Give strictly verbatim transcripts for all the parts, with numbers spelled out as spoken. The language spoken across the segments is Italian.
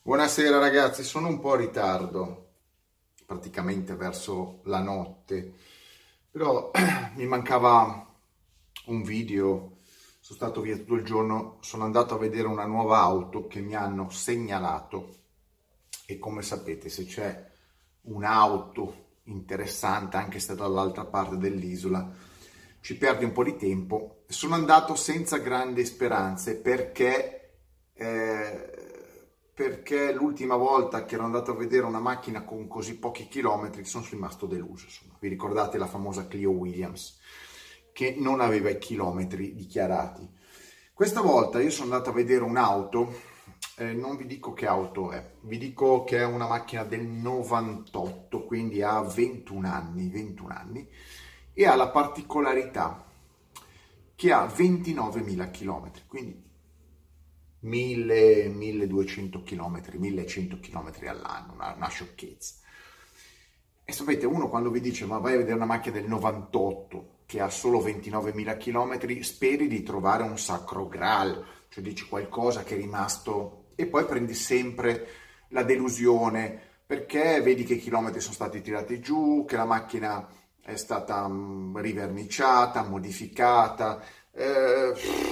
Buonasera ragazzi, sono un po' in ritardo, praticamente verso la notte, però mi mancava un video, sono stato via tutto il giorno, sono andato a vedere una nuova auto che mi hanno segnalato e come sapete se c'è un'auto interessante anche se dall'altra parte dell'isola ci perdi un po' di tempo. Sono andato senza grandi speranze perché... Eh, perché l'ultima volta che ero andato a vedere una macchina con così pochi chilometri sono rimasto deluso. Insomma. Vi ricordate la famosa Clio Williams che non aveva i chilometri dichiarati. Questa volta io sono andato a vedere un'auto, eh, non vi dico che auto è, vi dico che è una macchina del novantotto, quindi ha ventuno anni, ventuno anni, e ha la particolarità che ha ventinovemila chilometri, quindi mille milleduecento chilometri, millecento chilometri all'anno, una, una sciocchezza. E sapete, uno quando vi dice ma vai a vedere una macchina del novantotto che ha solo ventinovemila chilometri, speri di trovare un sacro graal, cioè dici qualcosa che è rimasto, e poi prendi sempre la delusione perché vedi che i chilometri sono stati tirati giù, che la macchina è stata mh, riverniciata, modificata, eh,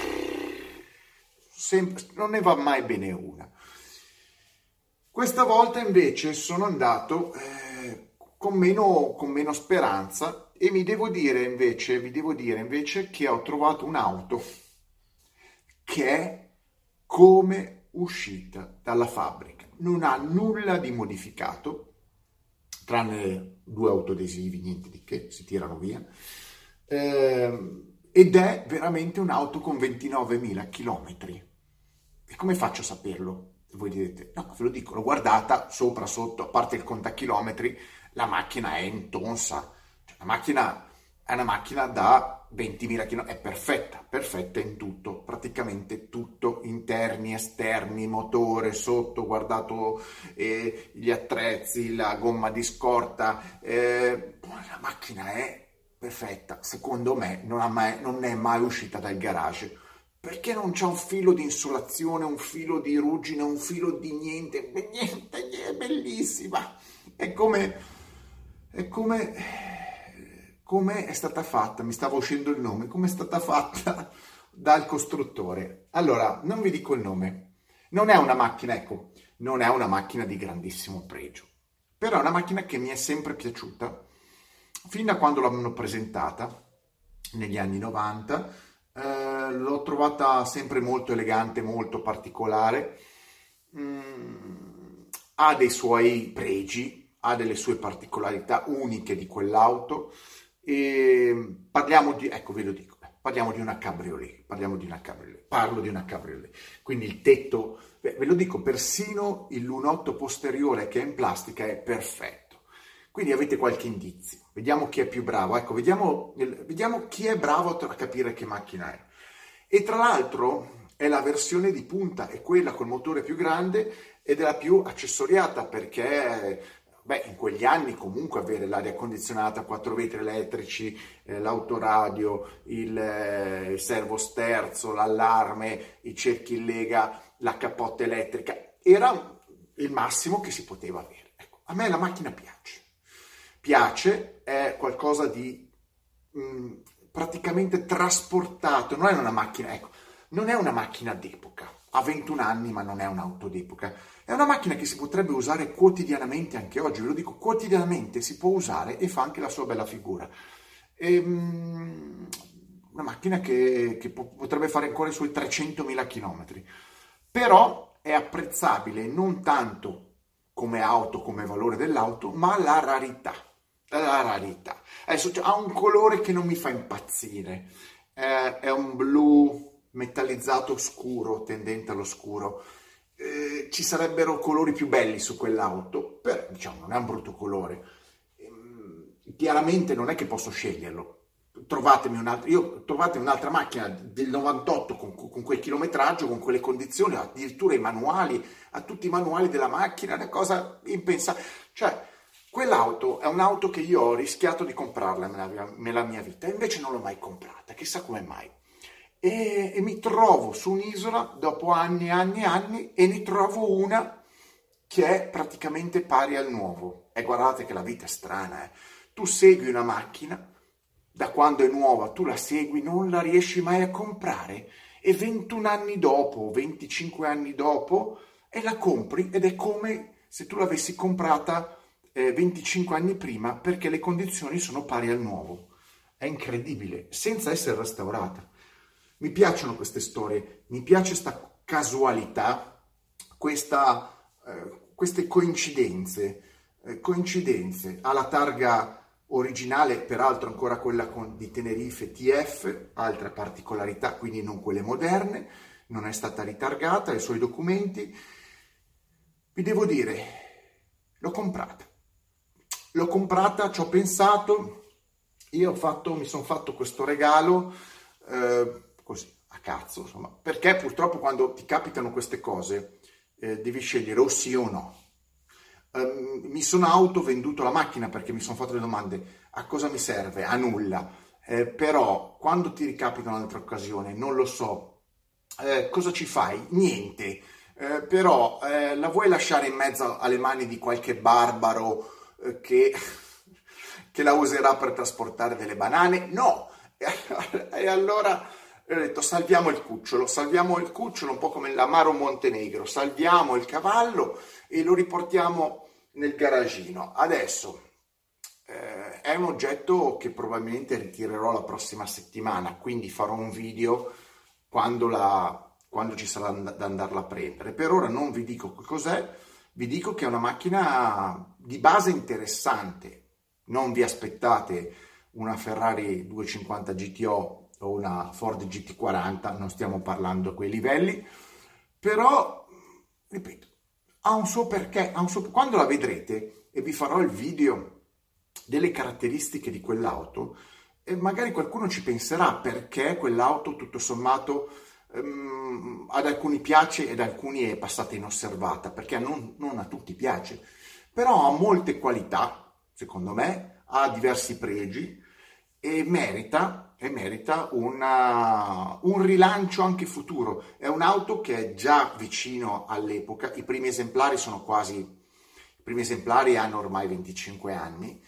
Sempre, non ne va mai bene una. Questa volta invece sono andato eh, con, meno, con meno speranza e mi devo dire invece, vi devo dire invece che ho trovato un'auto che è come uscita dalla fabbrica. Non ha nulla di modificato, tranne due autoadesivi, niente di che, si tirano via. Eh, ed è veramente un'auto con ventinovemila chilometri. E come faccio a saperlo? E voi direte, no, ve lo dico, l'ho guardata sopra, sotto, a parte il contachilometri, la macchina è intonsa. Cioè, la macchina è una macchina da ventimila chilometri, è perfetta, perfetta in tutto, praticamente tutto, interni, esterni, motore, sotto, ho guardato eh, gli attrezzi, la gomma di scorta, eh, la macchina è perfetta, secondo me non, ha mai, non è mai uscita dal garage. Perché non c'è un filo di insolazione, un filo di ruggine, un filo di niente, niente, è bellissima. È come, è come, come è stata fatta, mi stava uscendo il nome, come è stata fatta dal costruttore. Allora, non vi dico il nome, non è una macchina, ecco, non è una macchina di grandissimo pregio, però è una macchina che mi è sempre piaciuta, fin da quando l'hanno presentata, negli anni novanta, Uh, l'ho trovata sempre molto elegante, molto particolare, mm, ha dei suoi pregi, ha delle sue particolarità uniche di quell'auto e parliamo di, ecco ve lo dico, parliamo di una cabriolet, parliamo di una cabriolet, parlo di una cabriolet, quindi il tetto, ve lo dico, persino il lunotto posteriore che è in plastica è perfetto. Quindi avete qualche indizio, vediamo chi è più bravo, ecco, vediamo, vediamo chi è bravo a capire che macchina è. E tra l'altro è la versione di punta, è quella col motore più grande ed è la più accessoriata perché, beh, in quegli anni comunque avere l'aria condizionata, quattro vetri elettrici, eh, l'autoradio, il, eh, il servo sterzo, l'allarme, i cerchi in lega, la cappotta elettrica, era il massimo che si poteva avere. Ecco, a me la macchina piace. Piace, è qualcosa di mh, praticamente trasportato, non è una macchina, ecco, non è una macchina d'epoca, ha ventuno anni ma non è un'auto d'epoca, è una macchina che si potrebbe usare quotidianamente anche oggi, ve lo dico, quotidianamente si può usare e fa anche la sua bella figura. E, mh, una macchina che, che potrebbe fare ancora i suoi trecentomila chilometri, però è apprezzabile non tanto come auto, come valore dell'auto, ma la rarità. La rarità. Adesso ha un colore che non mi fa impazzire, eh, è un blu metallizzato scuro, tendente allo scuro. Eh, ci sarebbero colori più belli su quell'auto, però diciamo non è un brutto colore. Eh, chiaramente non è che posso sceglierlo. Trovatemi un'altra, io trovate un'altra macchina del novantotto con, con quel chilometraggio, con quelle condizioni, addirittura i manuali, a tutti i manuali della macchina, una cosa impensabile. Cioè, quell'auto è un'auto che io ho rischiato di comprarla nella, nella mia vita, e invece non l'ho mai comprata, chissà come mai. E, e mi trovo su un'isola dopo anni e anni e anni e ne trovo una che è praticamente pari al nuovo. E guardate che la vita è strana, eh. Tu segui una macchina, da quando è nuova tu la segui, non la riesci mai a comprare, e ventuno anni dopo, venticinque anni dopo, e la compri, ed è come se tu l'avessi comprata eh, venticinque anni prima, perché le condizioni sono pari al nuovo. È incredibile, senza essere restaurata. Mi piacciono queste storie, mi piace questa casualità, questa, eh, queste coincidenze, eh, coincidenze. Ha la targa originale, peraltro ancora quella con, di Tenerife T F, altra particolarità, quindi non quelle moderne, non è stata ritargata, i suoi documenti. Vi devo dire, l'ho comprata, l'ho comprata, ci ho pensato, io ho fatto, mi sono fatto questo regalo, eh, così, a cazzo, insomma, perché purtroppo quando ti capitano queste cose eh, devi scegliere o sì o no. Um, mi sono auto venduto la macchina perché mi sono fatto le domande: a cosa mi serve? A nulla. Eh, però quando ti ricapita un'altra occasione, non lo so, eh, cosa ci fai? Niente. Eh, però eh, la vuoi lasciare in mezzo alle mani di qualche barbaro eh, che, che la userà per trasportare delle banane? No. E allora ho detto: salviamo il cucciolo, salviamo il cucciolo, un po' come l'amaro Montenegro, salviamo il cavallo e lo riportiamo nel garagino. Adesso eh, è un oggetto che probabilmente ritirerò la prossima settimana, quindi farò un video quando, la, quando ci sarà da andarla a prendere. Per ora non vi dico che cos'è, vi dico che è una macchina di base interessante. Non vi aspettate una Ferrari duecentocinquanta G T O o una Ford G T quaranta, non stiamo parlando a quei livelli, però, ripeto, ha un suo perché, ha un suo... quando la vedrete e vi farò il video delle caratteristiche di quell'auto, e magari qualcuno ci penserà perché quell'auto tutto sommato um, ad alcuni piace ed alcuni è passata inosservata, perché non, non a tutti piace, però ha molte qualità, secondo me, ha diversi pregi e merita, e merita una, un rilancio anche futuro. È un'auto che è già vicino all'epoca, i primi esemplari sono quasi, i primi esemplari hanno ormai venticinque anni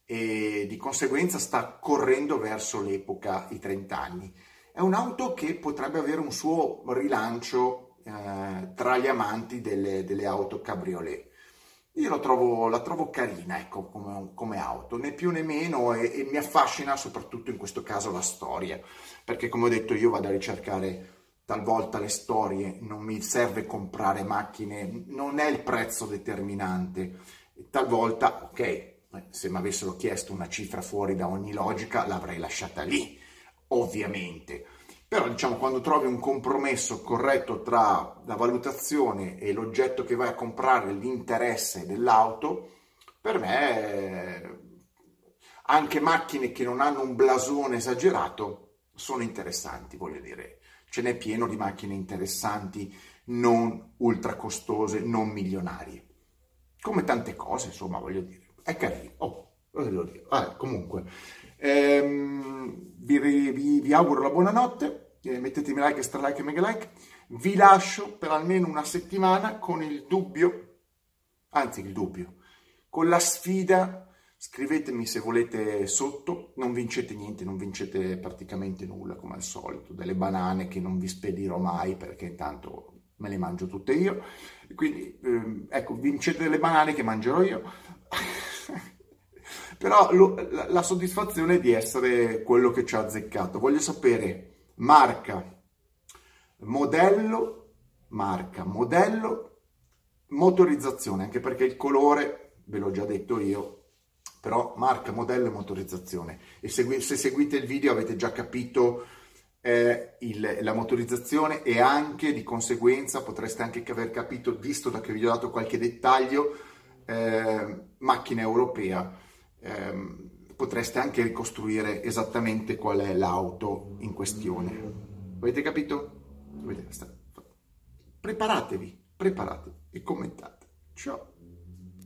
e di conseguenza sta correndo verso l'epoca, i trenta anni. È un'auto che potrebbe avere un suo rilancio eh, tra gli amanti delle, delle auto cabriolet. Io la trovo, la trovo carina, ecco, come, come auto, né più né meno, e, e mi affascina soprattutto in questo caso la storia, perché come ho detto io vado a ricercare talvolta le storie, non mi serve comprare macchine, non è il prezzo determinante, talvolta, ok, se mi avessero chiesto una cifra fuori da ogni logica l'avrei lasciata lì, ovviamente. Però diciamo, quando trovi un compromesso corretto tra la valutazione e l'oggetto che vai a comprare, l'interesse dell'auto, per me anche macchine che non hanno un blasone esagerato sono interessanti, voglio dire. Ce n'è pieno di macchine interessanti, non ultra costose, non milionarie. Come tante cose, insomma, voglio dire. È carino. Oh, cosa devo dire? Ah, comunque, ehm, vi, vi, vi auguro la buonanotte. Eh, mettetemi like, stra like e mega like. Vi lascio per almeno una settimana con il dubbio, anzi il dubbio, con la sfida. Scrivetemi se volete sotto, non vincete niente, non vincete praticamente nulla come al solito, delle banane che non vi spedirò mai perché intanto me le mangio tutte io, quindi ehm, ecco, vincete delle banane che mangerò io, però lo, la, la soddisfazione di essere quello che ci ha azzeccato. Voglio sapere marca, modello, marca, modello, motorizzazione, anche perché il colore ve l'ho già detto io, però marca, modello e motorizzazione. E segui, se seguite il video avete già capito eh, il, la motorizzazione, e anche di conseguenza potreste anche aver capito, visto da che vi ho dato qualche dettaglio, eh, macchina europea, eh, potreste anche ricostruire esattamente qual è l'auto in questione. Avete capito? Preparatevi, preparatevi e commentate. Ciao!